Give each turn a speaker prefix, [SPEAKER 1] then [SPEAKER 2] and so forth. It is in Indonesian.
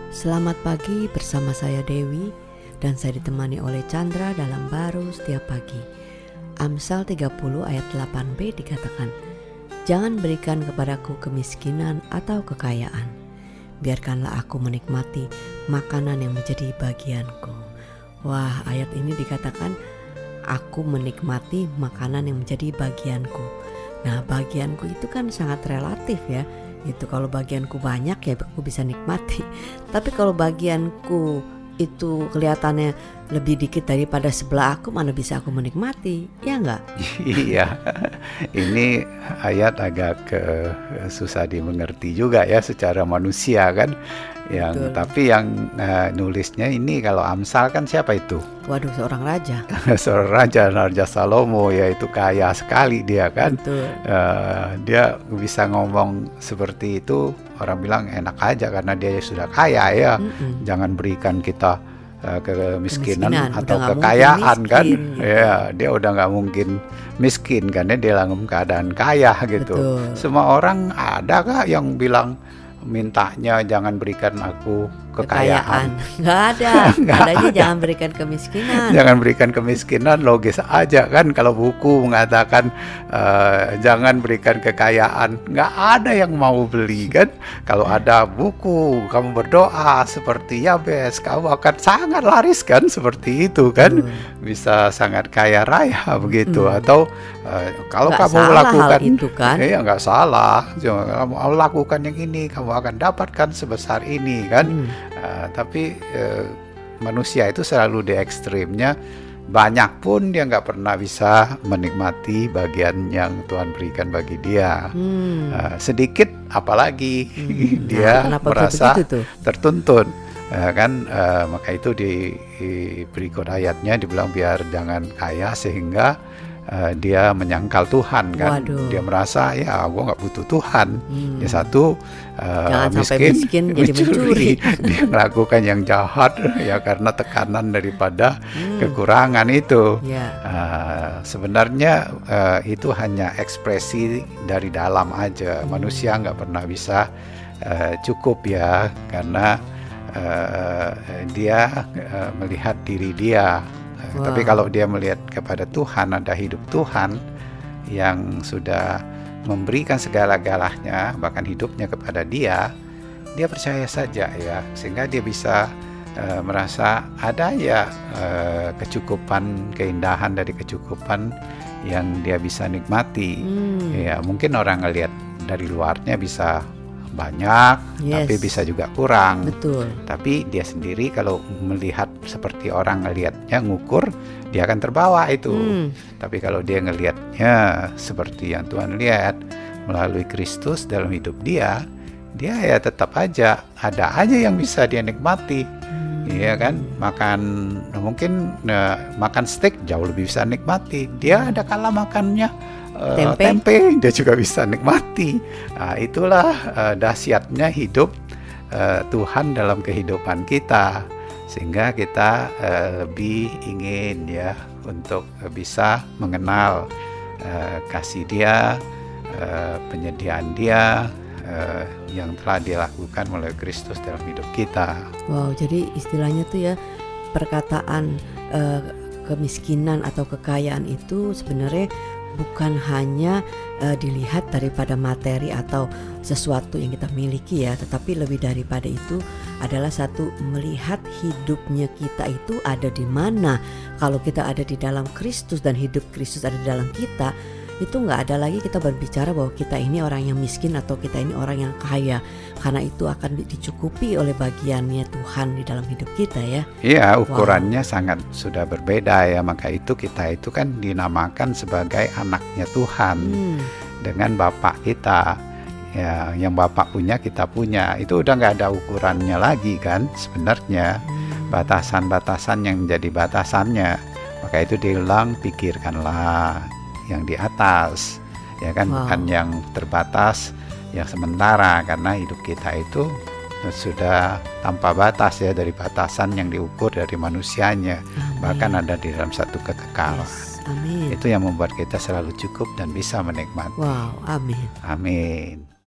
[SPEAKER 1] Selamat pagi bersama saya Dewi dan saya ditemani oleh Chandra dalam Baru Setiap Pagi. Amsal 30 ayat 8b dikatakan, "Jangan berikan kepadaku kemiskinan atau kekayaan. Biarkanlah aku menikmati makanan yang menjadi bagianku." Wah, ayat ini dikatakan aku menikmati makanan yang menjadi bagianku. Nah, bagianku itu kan sangat relatif ya. Itu kalau bagianku banyak ya aku bisa nikmati. Tapi kalau bagianku itu kelihatannya lebih dikit daripada sebelah aku, mana bisa aku menikmati, ya enggak?
[SPEAKER 2] Iya, ini ayat agak susah dimengerti juga ya secara manusia kan.
[SPEAKER 1] Betul.
[SPEAKER 2] Tapi yang nulisnya ini kalau Amsal kan siapa itu?
[SPEAKER 1] Waduh, seorang raja.
[SPEAKER 2] Seorang Raja Salomo, yaitu kaya sekali dia kan.
[SPEAKER 1] Betul.
[SPEAKER 2] Dia bisa ngomong seperti itu, orang bilang enak aja karena dia sudah kaya ya. Jangan berikan kita kemiskinan atau kekayaan kan. Ya, dia udah nggak mungkin miskin karena dia dalam keadaan kaya gitu.
[SPEAKER 1] Betul.
[SPEAKER 2] Semua orang ada kah yang bilang mintanya jangan berikan aku kekayaan?
[SPEAKER 1] Nggak ada. Adanya jangan berikan kemiskinan.
[SPEAKER 2] Jangan berikan kemiskinan, logis aja kan. Kalau buku mengatakan jangan berikan kekayaan, nggak ada yang mau beli kan. Kalau ada buku kamu berdoa seperti Yabes, kamu akan sangat laris kan, seperti itu kan. Bisa sangat kaya raya begitu. Atau kalau
[SPEAKER 1] Nggak
[SPEAKER 2] kamu
[SPEAKER 1] salah
[SPEAKER 2] melakukan
[SPEAKER 1] hal itu kan.
[SPEAKER 2] ya nggak salah. Kamu lakukan yang ini, kamu akan dapatkan sebesar ini kan. Tapi manusia itu selalu di ekstrimnya. Banyak pun dia nggak pernah bisa menikmati bagian yang Tuhan berikan bagi dia. Sedikit apalagi dia merasa tertuntun. Maka itu di berikut ayatnya dibilang biar jangan kaya sehingga dia menyangkal Tuhan kan.
[SPEAKER 1] Waduh.
[SPEAKER 2] Dia merasa ya gue nggak butuh Tuhan. Ya satu
[SPEAKER 1] miskin jadi mencuri.
[SPEAKER 2] Dia melakukan yang jahat ya karena tekanan daripada kekurangan itu. Sebenarnya itu hanya ekspresi dari dalam aja. Manusia nggak pernah bisa cukup ya karena dia melihat diri dia. Tapi kalau dia melihat kepada Tuhan, ada hidup Tuhan yang sudah memberikan segala-galanya, bahkan hidupnya kepada dia percaya saja ya, sehingga dia bisa merasa ada ya kecukupan, keindahan dari kecukupan yang dia bisa nikmati. Ya, mungkin orang ngelihat dari luarnya bisa banyak, tapi bisa juga kurang.
[SPEAKER 1] Betul.
[SPEAKER 2] Tapi dia sendiri kalau melihat seperti orang ngelihatnya, ngukur, dia akan terbawa itu. Tapi kalau dia ngelihatnya seperti yang Tuhan lihat melalui Kristus dalam hidup dia ya tetap aja ada aja yang bisa dia nikmati. Iya kan, mungkin makan steak jauh lebih bisa nikmati. Dia ada kala makannya tempe dia juga bisa nikmati. Itulah dahsyatnya hidup Tuhan dalam kehidupan kita, sehingga kita lebih ingin ya untuk bisa mengenal kasih dia, penyediaan dia yang telah dia lakukan melalui Kristus dalam hidup kita.
[SPEAKER 1] Wow, jadi istilahnya tuh ya, perkataan kemiskinan atau kekayaan itu sebenarnya bukan hanya dilihat daripada materi atau sesuatu yang kita miliki ya, tetapi lebih daripada itu adalah satu melihat hidupnya kita itu ada di mana. Kalau kita ada di dalam Kristus dan hidup Kristus ada di dalam kita, itu nggak ada lagi kita berbicara bahwa kita ini orang yang miskin atau kita ini orang yang kaya, karena itu akan dicukupi oleh bagiannya Tuhan di dalam hidup kita ya.
[SPEAKER 2] Iya, ukurannya sangat sudah berbeda ya. Maka itu kita itu kan dinamakan sebagai anaknya Tuhan dengan Bapak kita ya, yang Bapak punya kita punya. Itu udah nggak ada ukurannya lagi kan sebenarnya. Batasan-batasan yang menjadi batasannya. Maka itu diulang, pikirkanlah yang di atas ya kan, bukan yang terbatas, yang sementara, karena hidup kita itu sudah tanpa batas ya dari batasan yang diukur dari manusianya. Bahkan ada di dalam satu kekekalan.
[SPEAKER 1] Amin.
[SPEAKER 2] Itu yang membuat kita selalu cukup dan bisa menikmati.
[SPEAKER 1] Wow, amin.
[SPEAKER 2] Amin.